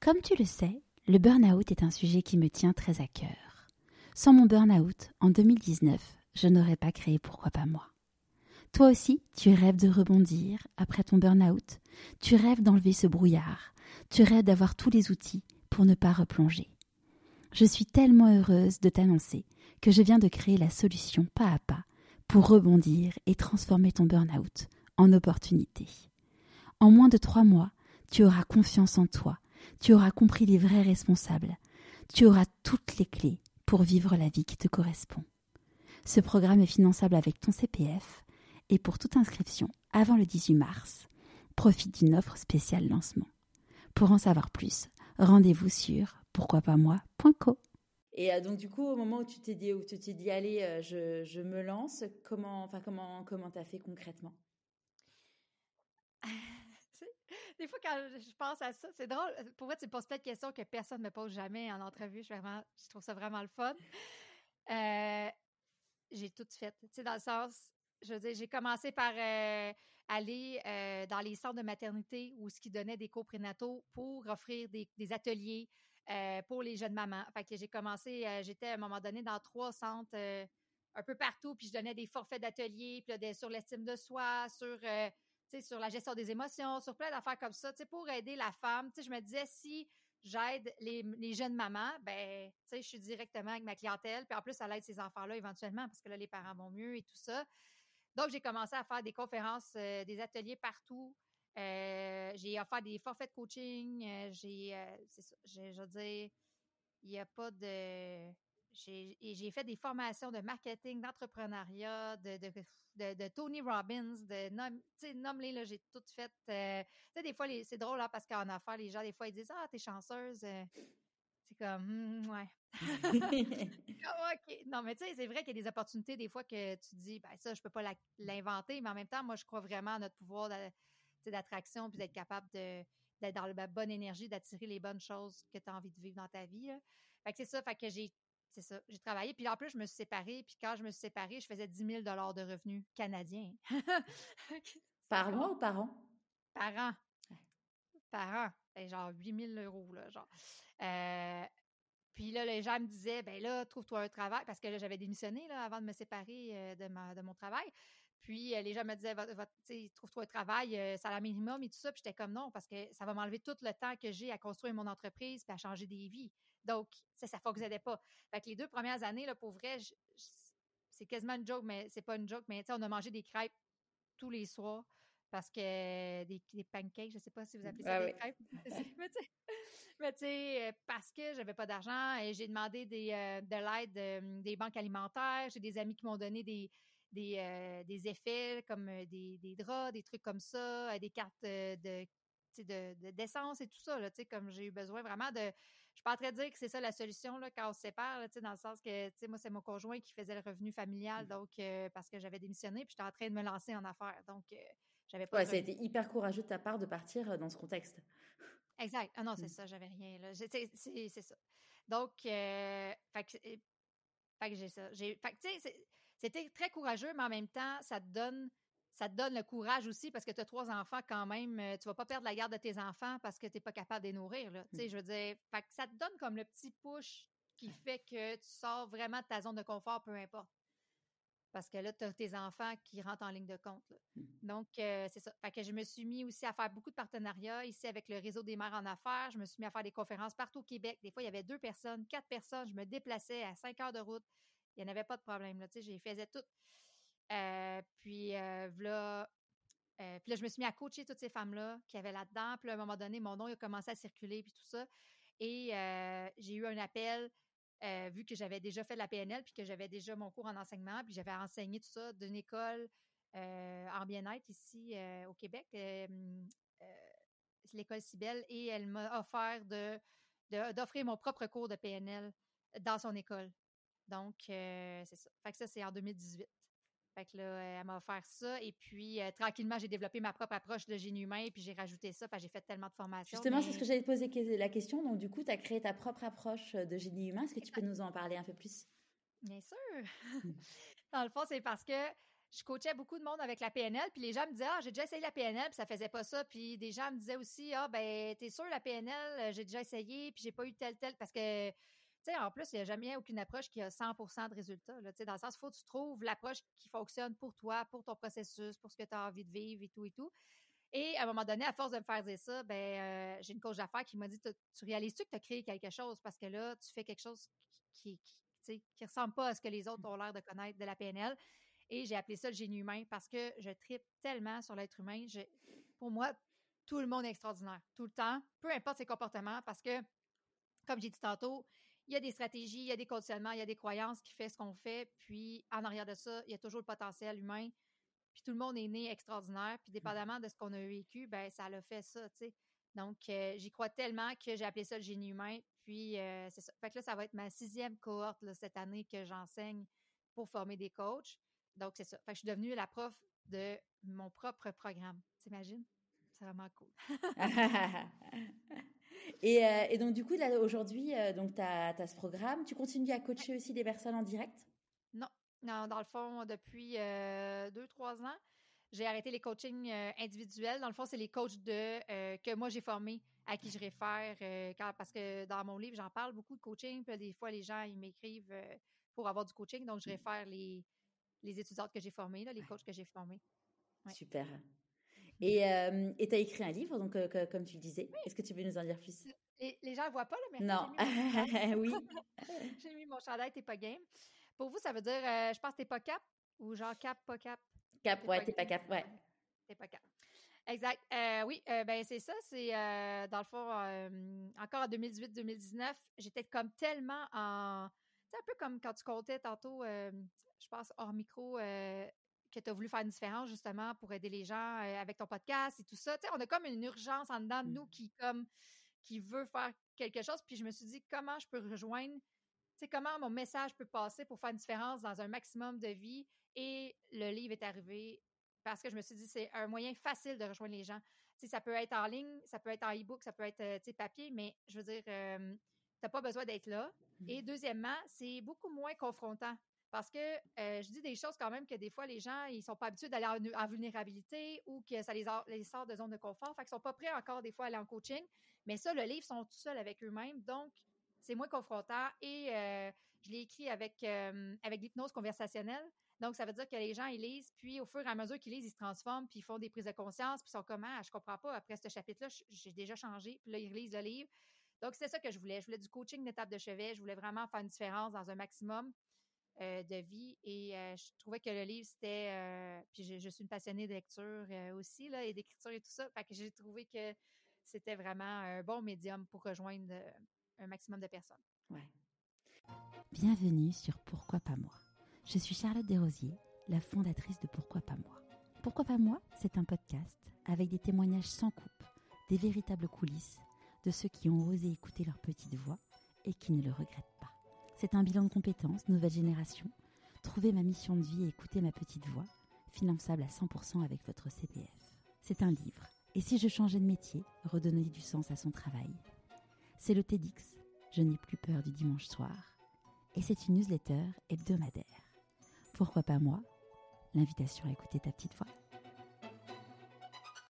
Comme tu le sais, le burn-out est un sujet qui me tient très à cœur. Sans mon burn-out, en 2019, je n'aurais pas créé Pourquoi pas moi. Toi aussi, tu rêves de rebondir après ton burn-out. Tu rêves d'enlever ce brouillard. Tu rêves d'avoir tous les outils pour ne pas replonger. Je suis tellement heureuse de t'annoncer que je viens de créer la solution pas à pas pour rebondir et transformer ton burn-out en opportunité. En moins de 3 mois, tu auras confiance en toi. Tu auras compris les vrais responsables. Tu auras toutes les clés pour vivre la vie qui te correspond. Ce programme est finançable avec ton CPF et pour toute inscription avant le 18 mars, profite d'une offre spéciale lancement. Pour en savoir plus, rendez-vous sur pourquoipasmoi.co. Et donc du coup, au moment où tu t'es dit allez, je me lance, comment t'as fait concrètement? Des fois, quand je pense à ça, c'est drôle. Pour moi, tu me poses plein de questions que personne ne me pose jamais en entrevue. Je trouve ça vraiment le fun. J'ai tout fait. Tu sais, dans le sens, je veux dire, j'ai commencé par aller dans les centres de maternité où ce qui donnait des cours prénataux pour offrir des ateliers pour les jeunes mamans. Fait que j'ai commencé, j'étais à un moment donné dans 3 centres un peu partout, puis je donnais des forfaits d'ateliers, puis là, sur l'estime de soi, tu sais, sur la gestion des émotions, sur plein d'affaires comme ça, tu sais, pour aider la femme. Tu sais, je me disais, si j'aide les jeunes mamans, ben, tu sais, je suis directement avec ma clientèle, puis en plus, ça aide ces enfants-là éventuellement, parce que là, les parents vont mieux et tout ça. Donc, j'ai commencé à faire des conférences, des ateliers partout. J'ai offert des forfaits de coaching. C'est ça, je veux dire, il n'y a pas de... J'ai fait des formations de marketing, d'entrepreneuriat, de Tony Robbins, tu sais, nomme-les, là, j'ai tout fait. Tu sais, des fois, c'est drôle, hein, parce qu'en affaires, les gens, des fois, ils disent « Ah, t'es chanceuse. » C'est comme « Ouais. » Ah, OK. Non, mais tu sais, c'est vrai qu'il y a des opportunités, des fois, que tu dis « Ben ça, je peux pas l'inventer. » Mais en même temps, moi, je crois vraiment à notre pouvoir d'attraction puis d'être capable d'être dans la bonne énergie, d'attirer les bonnes choses que tu as envie de vivre dans ta vie, là. Fait que c'est ça. Fait que c'est ça. J'ai travaillé. Puis en plus, je me suis séparée. Puis quand je me suis séparée, je faisais 10 000 de revenus canadiens. Par mois ou par an? Par an. Par an. Genre 8 000 €, là, genre. Puis là, les gens me disaient, ben là, trouve-toi un travail, parce que là, j'avais démissionné là, avant de me séparer de mon travail. Puis les gens me disaient, trouve-toi un travail, salaire minimum et tout ça. Puis j'étais comme non, parce que ça va m'enlever tout le temps que j'ai à construire mon entreprise puis à changer des vies. Donc, ça ne fonctionnait pas. Fait que les 2 premières années, là, pour vrai, c'est quasiment une joke, mais c'est pas une joke, mais on a mangé des crêpes tous les soirs parce que des pancakes, je ne sais pas si vous appelez ça des crêpes. Mais tu sais, parce que j'avais pas d'argent et j'ai demandé de l'aide des banques alimentaires. J'ai des amis qui m'ont donné des effets comme des draps, des trucs comme ça, des cartes d'essence et tout ça, là, tu sais, comme j'ai eu besoin vraiment de... Je suis pas en train de dire que c'est ça la solution là, quand on se sépare, là, tu sais, dans le sens que, tu sais, moi, c'est mon conjoint qui faisait le revenu familial, donc parce que j'avais démissionné puis j'étais en train de me lancer en affaires. Donc, j'avais pas Ouais, de ça a revenus. été hyper courageux de ta part de partir dans ce contexte. Exact. Ah non, c'est ça, j'avais rien, là. C'est ça. Donc, fait que j'ai ça. Fait que, tu sais, c'était très courageux, mais en même temps, ça te donne le courage aussi parce que tu as 3 enfants quand même. Tu vas pas perdre la garde de tes enfants parce que tu n'es pas capable de les nourrir, là. Tu sais, je veux dire, fait que ça te donne comme le petit push qui fait que tu sors vraiment de ta zone de confort, peu importe. Parce que là, tu as tes enfants qui rentrent en ligne de compte, là. Donc, c'est ça. Fait que je me suis mis aussi à faire beaucoup de partenariats ici avec le réseau des mères en affaires. Je me suis mis à faire des conférences partout au Québec. Des fois, il y avait 2 personnes, 4 personnes. Je me déplaçais à 5 heures de route. Il n'y en avait pas de problème, là. Tu sais, j'ai faisais tout. Puis là, je me suis mis à coacher toutes ces femmes-là qui avaient là-dedans. Puis là, à un moment donné, mon nom il a commencé à circuler, puis tout ça. Et j'ai eu un appel, vu que j'avais déjà fait de la PNL, puis que j'avais déjà mon cours en enseignement, puis j'avais enseigné tout ça d'une école en bien-être ici au Québec, c'est l'école Cybelle, et elle m'a offert d'offrir mon propre cours de PNL dans son école. Donc, c'est ça. Fait que ça, c'est en 2018. Fait que là, elle m'a offert ça. Et puis, tranquillement, j'ai développé ma propre approche de génie humain. Puis, j'ai rajouté ça. J'ai fait tellement de formations. Justement, c'est ce que j'allais te poser la question. Donc, du coup, tu as créé ta propre approche de génie humain. Est-ce que tu peux nous en parler un peu plus? Bien sûr. Dans le fond, c'est parce que je coachais beaucoup de monde avec la PNL, puis les gens me disaient « Ah, j'ai déjà essayé la PNL, puis ça faisait pas ça. » Puis des gens me disaient aussi « Ah, ben, t'es sûr, la PNL, j'ai déjà essayé, puis j'ai pas eu tel. » Parce que, tu sais, en plus, il n'y a jamais aucune approche qui a 100% de résultats. Là, dans le sens, il faut que tu trouves l'approche qui fonctionne pour toi, pour ton processus, pour ce que tu as envie de vivre et tout et tout. Et à un moment donné, à force de me faire dire ça, j'ai une coach d'affaires qui m'a dit tu réalises-tu que tu as créé quelque chose parce que là, tu fais quelque chose qui ressemble pas à ce que les autres ont l'air de connaître de la PNL. Et j'ai appelé ça le génie humain parce que je tripe tellement sur l'être humain. Pour moi, tout le monde est extraordinaire, tout le temps, peu importe ses comportements, parce que, comme j'ai dit tantôt, il y a des stratégies, il y a des conditionnements, il y a des croyances qui font ce qu'on fait. Puis, en arrière de ça, il y a toujours le potentiel humain. Puis tout le monde est né extraordinaire. Puis dépendamment de ce qu'on a vécu, ça l'a fait ça, tu sais. Donc, j'y crois tellement que j'ai appelé ça le génie humain. Puis, c'est ça. Fait que là, ça va être ma 6e cohorte là, cette année que j'enseigne pour former des coachs. Donc, c'est ça. Fait que je suis devenue la prof de mon propre programme. T'imagines? C'est vraiment cool. Et donc, du coup, là, aujourd'hui, tu as ce programme. Tu continues à coacher aussi des personnes en direct? Non, dans le fond, depuis 2-3 ans, j'ai arrêté les coachings individuels. Dans le fond, c'est les coachs que moi j'ai formés, à qui je réfère. Parce que dans mon livre, j'en parle beaucoup de coaching. Puis des fois, les gens ils m'écrivent pour avoir du coaching. Donc, je réfère les étudiantes que j'ai formées, là, les coachs que j'ai formés. Ouais. Super. Et tu as écrit un livre, donc, comme tu le disais. Oui. Est-ce que tu veux nous en dire plus? Les gens ne le voient pas, là, mais non. Oui. J'ai mis mon chandail, t'es pas game. Pour vous, ça veut dire, je pense, t'es pas cap ou genre cap, pas cap? Cap, ouais, t'es pas cap, ouais. T'es pas cap. Exact. Oui, c'est ça. C'est dans le fond, encore en 2018-2019, j'étais comme tellement en. C'est un peu comme quand tu comptais tantôt, je pense, hors micro, que tu as voulu faire une différence justement pour aider les gens avec ton podcast et tout ça. Tu sais, on a comme une urgence en dedans de nous qui veut faire quelque chose. Puis je me suis dit, comment je peux rejoindre, tu sais, comment mon message peut passer pour faire une différence dans un maximum de vie. Et le livre est arrivé parce que je me suis dit, c'est un moyen facile de rejoindre les gens. Tu sais, ça peut être en ligne, ça peut être en e-book, ça peut être, tu sais, papier, mais je veux dire, tu n'as pas besoin d'être là. Et deuxièmement, c'est beaucoup moins confrontant. Parce que je dis des choses quand même que des fois, les gens, ils sont pas habitués d'aller en vulnérabilité ou que ça les sort de zone de confort. Fait qu'ils sont pas prêts encore des fois à aller en coaching. Mais ça, le livre, ils sont tout seuls avec eux-mêmes. Donc, c'est moins confrontant. Et je l'ai écrit avec l'hypnose conversationnelle. Donc, ça veut dire que les gens, ils lisent, puis au fur et à mesure qu'ils lisent, ils se transforment, puis ils font des prises de conscience, puis ils sont comme « Ah, je comprends pas, après ce chapitre-là, j'ai déjà changé. » Puis là, ils relisent le livre. Donc, c'est ça que je voulais. Je voulais du coaching d'étape de chevet. Je voulais vraiment faire une différence dans un maximum de vie. Et je trouvais que le livre, c'était... puis je suis une passionnée de lecture aussi, là, et d'écriture et tout ça. Fait que j'ai trouvé que c'était vraiment un bon médium pour rejoindre un maximum de personnes. Ouais. Bienvenue sur Pourquoi pas moi. Je suis Charlotte Desrosiers, la fondatrice de Pourquoi pas moi. Pourquoi pas moi, c'est un podcast avec des témoignages sans coupe, des véritables coulisses de ceux qui ont osé écouter leur petite voix et qui ne le regrettent pas. C'est un bilan de compétences, nouvelle génération. Trouver ma mission de vie et écouter ma petite voix, finançable à 100% avec votre CPF. C'est un livre. Et si je changeais de métier, redonner du sens à son travail. C'est le TEDx, je n'ai plus peur du dimanche soir. Et c'est une newsletter hebdomadaire. Pourquoi pas moi? L'invitation à écouter ta petite voix.